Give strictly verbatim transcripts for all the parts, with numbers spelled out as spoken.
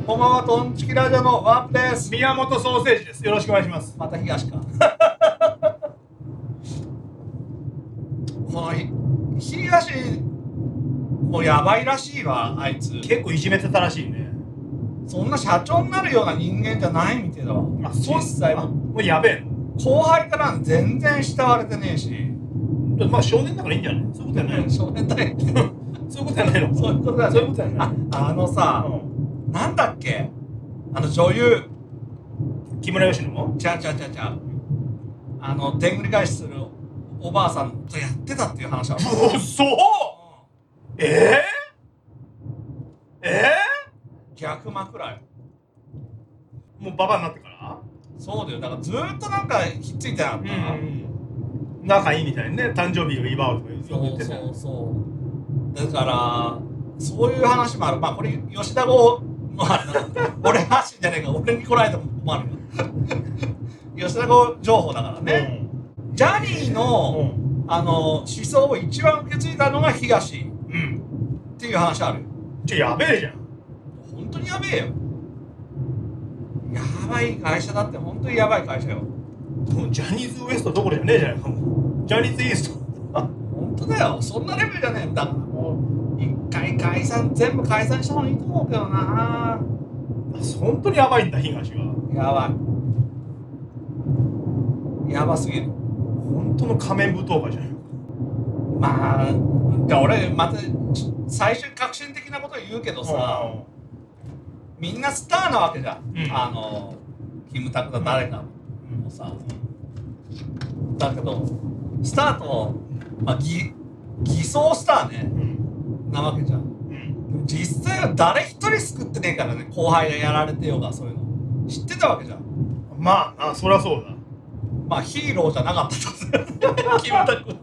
こんばんは、トンチキラジオのワープです。 宮本ソーセージです。よろしくお願いします。 また東か。この東もうやばいらしいわ、あいつ。 結構いじめてたらしいね。 そんな社長になるような人間じゃないみたいだわ。 あ、実際ももうやべえの。 後輩から全然慕われてねえし。 まあ少年だからいいんじゃない？そういうことやないの。 少年だよ。 そういうことやないの。 そういうことだよ。 そういうことやない。 あ、あのさ、うん、なんだっけ、あの女優木村佳乃も？ ちゃうちゃうちゃうちゃう。あのでんぐり返しするおばあさんとやってたっていう話は。 うそ、うん、えー、えー、逆枕よ。 もうババになってから？ そうだよ。だからずーっとなんかひっついてなかった、うん、 仲いいみたいにね、誕生日を祝うとか言ってた。 そうそうそう。だからそういう話もある。まあこれ吉田剛のあれだ俺発信じゃねえか、俺に来られても困るよ。吉田剛情報だからね、うん、ジャニーの、うん、あの思想を一番受け継いだのが東、うん、っていう話あるよ。 じゃやべえじゃん。 本当にやべえよ。やばい会社だって、本当にやばい会社よ。 もうジャニーズ ウエストどころじゃねえじゃないか。もうジャニーズイースト。 本当だよ。そんなレベルじゃねえんだから。もう一回解散、全部解散した方がいいと思うけどな。 本当にやばいんだ、東は。 やばい。やばすぎる。 本当の仮面舞踏会じゃん。 まあ、じゃあ俺また最初に革新的なこと言うけどさ、みんなスターなわけじゃん、うん、あのキムタクだ誰かもさ、うん、だけどスターと、まあ、偽偽装スターね、うん、なわけじゃん、うん、実際は誰一人救ってねえからね。後輩がやられてようがそういうの知ってたわけじゃん。 まあ、あ、そりゃそうだ。 まあヒーローじゃなかったとキムタク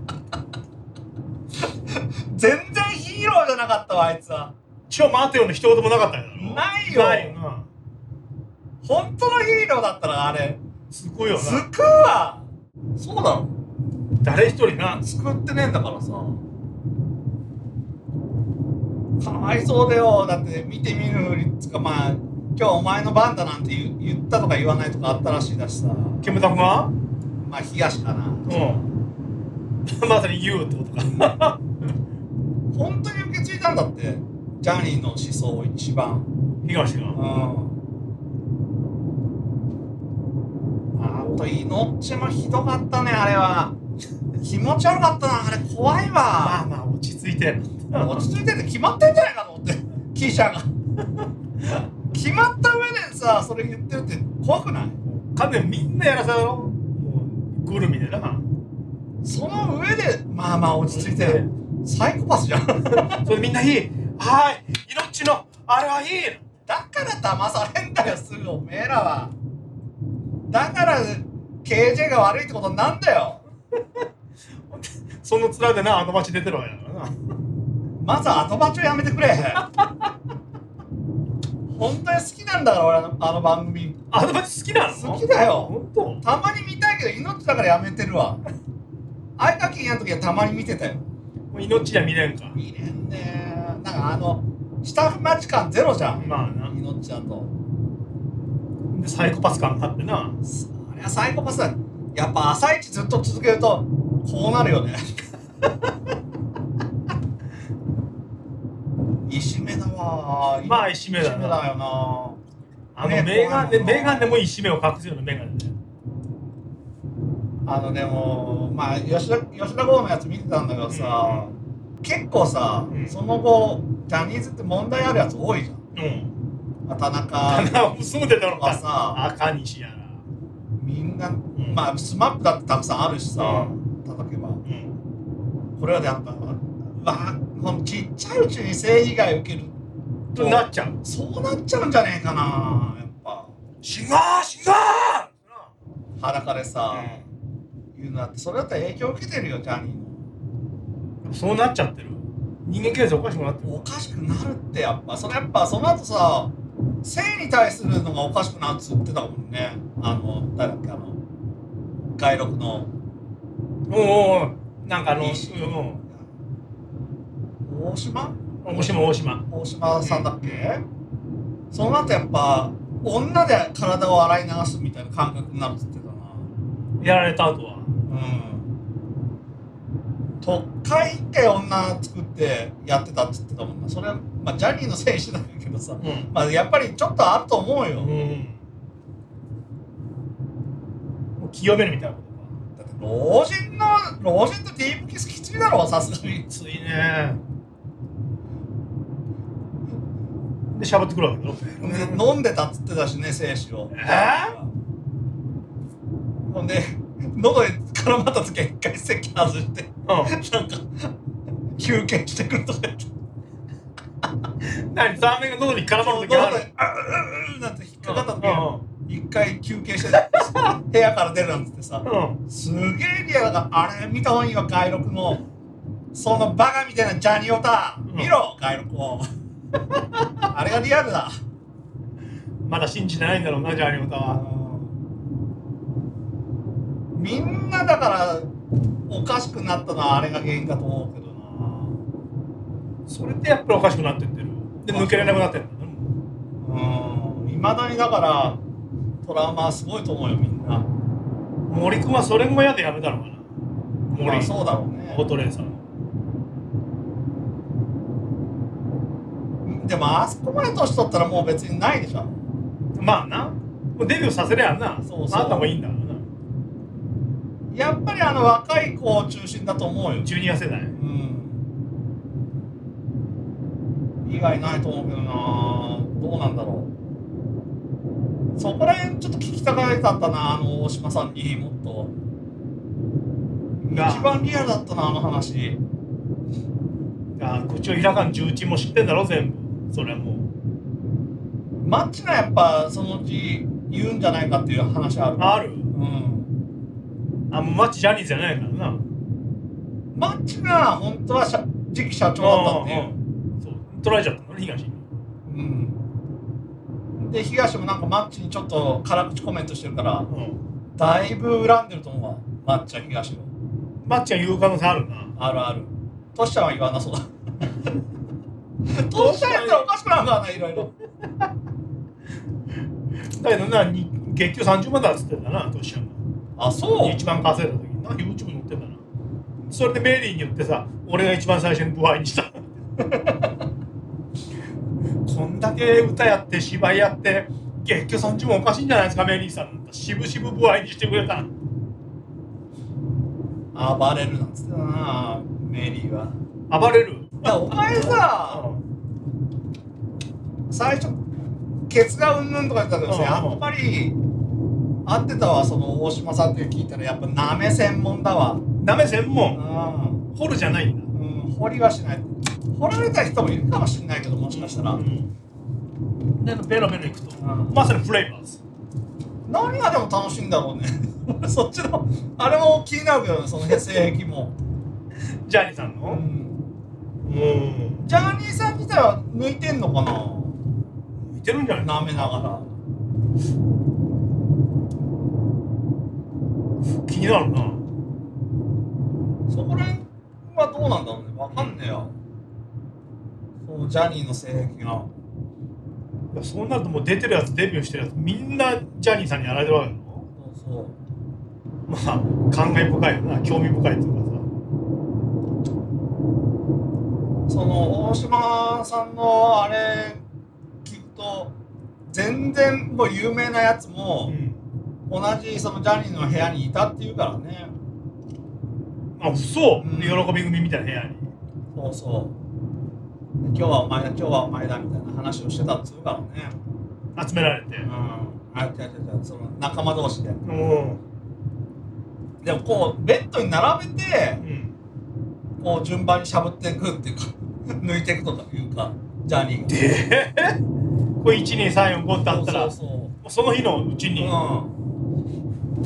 全然ヒーローじゃなかったわ、あいつは。 ちょ待てよの一言もなかったんだろ。 ないよ。 ないよな。 本当のヒーローだったらあれ救うよな。 救うわ。そうだろ。 誰一人な救ってねえんだからさ。かわいそうだよ。だって見て見ぬふりっつか、まあ今日お前の番だなんて 言, 言ったとか言わないとかあったらしいだしさ。 キムタクが？ まあ東かな。うん。 まさに言うってことか。 本当に受け継いだんだって、ジャニーの思想を一番。 東が。うん。 あとイノッチもひどかったね、あれは。気持ち悪かったな、あれ怖いわ。 まあまあ落ち着いてる。 落ち着いてって決まってんじゃないかと思って、キーシャが。決まった上でさ、それ言ってるって怖くない？ 多分みんなやらせだろ。もうぐるみでな。 その上でまあまあ落ち着いてる。サイコパスじゃん。 それみんないい。はい。命のあれはいい。 だから騙されんだよ、すぐおめえらは。だから ケージェー が悪いってことになんだよ。 その面でな、アドバチ出てるわけだからな。 まずアドバチをやめてくれ。本当に好きなんだから俺あの番組。 アドバチ好きなの？ 好きだよ。 本当？ たまに見たいけど命だからやめてるわ。アイカキンやるときはたまに見てたよ。 もう命じゃ見れんか。 見れんね。なんかあのスタッフ待ち感ゼロじゃん。 まあな。 命だと。 でサイコパス感があってな。 あれはサイコパスだ。やっぱ朝一ずっと続けるとこうなるよね。石目だわ。 まあ石目だな。 石目だよな。 あのメガネ、メガネも石目を隠すようなメガネで。 あのでもまあ吉田吉田剛のやつ見てたんだけどさ、うん、結構さ、うん、その後ジャニーズって問題あるやつ多いじゃん。うん。まあ、田中とかさ、 赤西やら。 みんな、うん、まあスマップだってたくさんあるしさ、うん、叩けば、うん、これはやっぱわこのちっちゃいうちに性被害受けるとなっちゃう。 そうなっちゃうんじゃねえかな。やっぱシンガーシンガー裸でさ、うん、言うのだってそれだったら影響受けてるよ、ジャニーの。 そうなっちゃってる。人間形成おかしくなってる。 おかしくなるってやっぱそれやっぱその後さ、性に対するのがおかしくなるっつってたもんね。あの誰だっけ、あの外録のおおおなんかあの、うん、 大島大島大島大島さんだっけ、 その後やっぱ女で体を洗い流すみたいな感覚になるって言ってたな。 やられた後は。 うん。特会一回女作ってやってたって言ってたもんな。それはまあジャニーの選手だけどさ、うん、まあやっぱりちょっとあると思うよ。うん。 もう清めるみたいなことか。だって老人の老人とディープキスきついだろ、さすがに。 きついね。でしゃぶってくるわけだろ。 飲んでたっつってたしね、精子を。 えー、 ほんで喉に絡まった時は一回席外して、うん、なんか休憩してくるとか言って。 何、ザーメンが喉に絡まる時ある。 あうなんて引っかかった時は一回休憩して部屋から出るなんつってさ、うん、すげえリアルだから、あれ見た方がいいわ、外録のそのバカみたいなジャニオタ、うん、見ろ外録を。あれがリアルだ。 まだ信じてないんだろうな、ジャニオタは。 みんなだからおかしくなったのはあれが原因だと思うけどな。 それってやっぱりおかしくなってってる。で抜けれなくなってるんだね。 うん、いまだにだからトラウマはすごいと思うよ、みんな。 森君はそれも嫌でやめたのかな。森、 まあ、そうだろうね。 オートレーサー。 でもあそこまで年取ったらもう別にないでしょ。 まあな、もうデビューさせりゃんな。そうそう、あんたもいいんだからな。 やっぱりあの若い子を中心だと思うよ。 ジュニア世代。うん。 以外ないと思うけどな。どうなんだろう。そこら辺ちょっと聞きたかったな、あの大島さんにもっと。一番リアルだったな、あの話。 ああ、口を開かん重鎮も知ってんだろ全部。それはもうマッチがやっぱそのうち言うんじゃないかっていう話ある。 ある。 うん。 あ、もうマッチジャニーズじゃないからな。 マッチが本当は次期社長だったっていう。 そう取られちゃったのね、東に。 うん。で東もなんかマッチにちょっと辛口コメントしてるから、うん、だいぶ恨んでると思うわ、マッチは東を。 マッチは言う可能性あるな。 あるある。トシちゃんは言わなそうだ。トシちゃんやったらおかしくなるからな、いろいろ。 だけどな、月給さんじゅうまんだっつってたな、トシちゃんが。 あ、そう。 一番稼いだ時にな、YouTube に載ってたな。それでメリーに言ってさ、俺が一番最初に歩合にした。こんだけ歌やって芝居やって月給さんじゅうまんおかしいんじゃないですか、メリーさん。渋々歩合にしてくれた。 暴れるなんつってたな、メリーは。 暴れる。 お前さ、うん、最初ケツがうんぬんとか言ったけどさ、やっぱり合ってたわ、その大島さんって聞いたらやっぱなめ専門だわ。 なめ専門。うん、掘るじゃないんだ。 うん、掘りはしない。掘られた人もいるかもしれないけど、もしかしたら。うん、 でベロベロいくと、うん、まさにフレーバーズ。 何がでも楽しいんだろうね。そっちのあれも気になるけどね、その性癖も。 ジャニーさんの、うん、 うん、ジャニーさん自体は抜いてんのかな。 抜いてるんじゃない。 なめながら。 気になるな。 そこら辺はどうなんだろうね、わかんねえよ。そのジャニーの性癖が。 そうなるともう出てるやつ、デビューしてるやつみんなジャニーさんにやられてるわけだろ。 そうそう。 まあ感慨深いよな、興味深いっていうかさ。 その大島さんのあれ聞くと全然もう有名なやつも、うん、同じそのジャニーの部屋にいたっていうからね。 あ、嘘、うん、喜び組みたいな部屋に。 そうそう。今日はお前だ、今日はお前だみたいな話をしてたっつうからね。 集められて。 うん。あ、違う違う違う、その仲間同士で。うん。でもこうベッドに並べて、うん、こう順番にしゃぶっていくっていうか抜いていくとかいうか、ジャニーでこれいちにさんよんごってあったら、そうそうそう、その日のうちに、うん、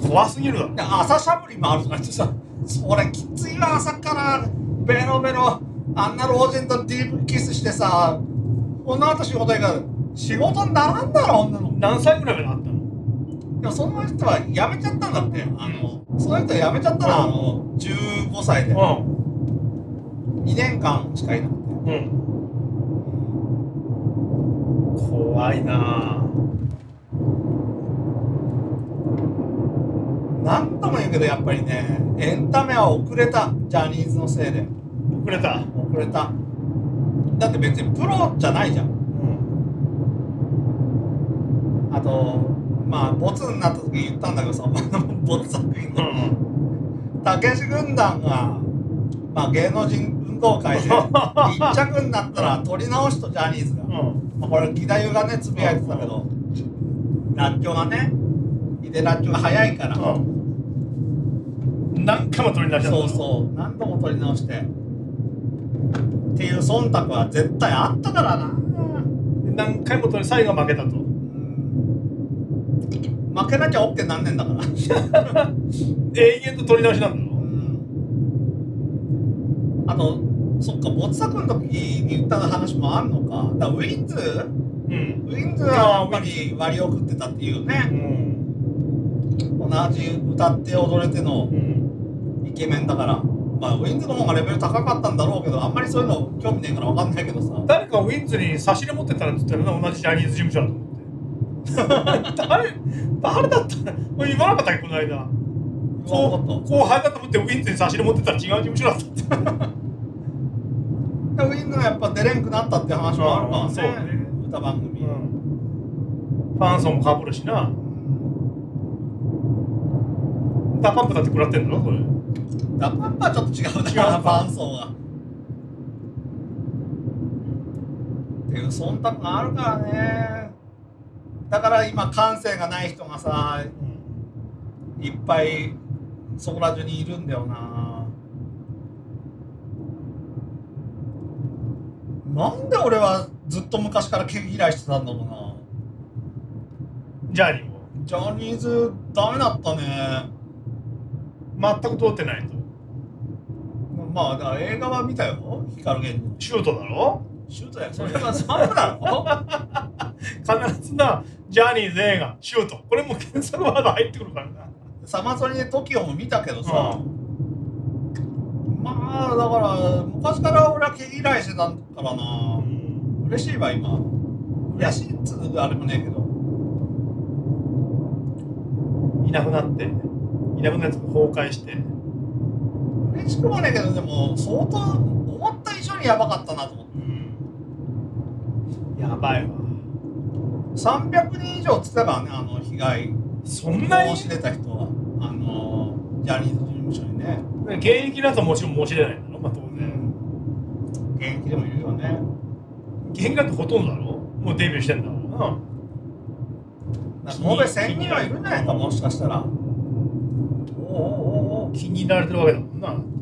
怖すぎるだろ。 朝しゃぶりもあるとか言ってさ、それきついわ、朝からベロベロあんな老人とディープキスしてさ、この後仕事行くから仕事にならんだろ、女の。 何歳ぐらいまであったの。 でもその人は辞めちゃったんだって。あの、うん、その人は辞めちゃったの、あのじゅうごさいで、うん、にねんかんしかいなくて、うん、 怖いな。 何度も言うけどやっぱりねエンタメは遅れた、ジャニーズのせいで遅れた。 遅れた。だって別にプロじゃないじゃん。 うん、 あとまあボツになった時言ったんだけどさ、ボツ作品のたけし軍団が、まあ、芸能人運動会で一着になったら取り直しとジャニーズが、うん、まあ、これ義太夫がねつぶやいてたけど、らっきょうがね井出らっきょうが早いから、うん、 何回も取り直したんだ。 そうそう何度も取り直してっていう忖度は絶対あったからな。 何回も取り最後は負けたと。 負けなきゃ OK なんねんだから永遠と取り直しなんだろ。うん、 あとそっかボツ作の時に言った話もあんのか。だからウィンズ、うん、ウィンズはやっぱり割り送ってたっていうね、うん、同じ歌って踊れてのイケメンだから、まあウィンズの方がレベル高かったんだろうけど、あんまりそういうの興味ねえから分かんないけどさ。 誰かウィンズに差し入れ持ってったらって言ったらな、同じジャニーズ事務所だと思って誰誰だったの言わなかったっけこの間。そう後輩だと思ってウィンズに差し入れ持ってったら違う事務所だったってウィンズがやっぱ出れんくなったって話もあるからね、そうね、歌番組、うん、 ファン層もかぶるしな。ダパンプだって食らってんだろそれ。 ダパンプはちょっと違うな、ファン層がっていう忖度があるからね。だから今感性がない人がさ、うん、いっぱいそこら中にいるんだよな。なんで俺はずっと昔から毛嫌いしてたんだろうな。 ジャニーもジャニーズダメだったね。 全く通ってないと。 まあだから映画は見たよ、光源氏。 シュートだろ。 シュートや、それはスマップだろ必ずな、ジャニーズ映画シュート、これも検索ワード入ってくるからな。 サマソニで トキオ も見たけどさ、うん、まあだから昔から俺は毛嫌いしてたからな、うん、嬉しいわ今。嬉しいっつうあれもねえけど、 いなくなっていなくなって崩壊して嬉しくもねえけど、でも相当思った以上にやばかったなと思って、 うん、やばいわ。 さんびゃくにん以上つってたからね、あの被害。 そんなに申し出た人はあのジャニーズ事務所にね。 現役のやつはもちろん申し出ないんだろ、まあ当然、うん、 現役でもいるよね。 現役だってほとんどだろ、もうデビューしてんだからな。 延べせんにんはいるんじゃないか、もしかしたら。おおおお気に入られてるわけだもんな。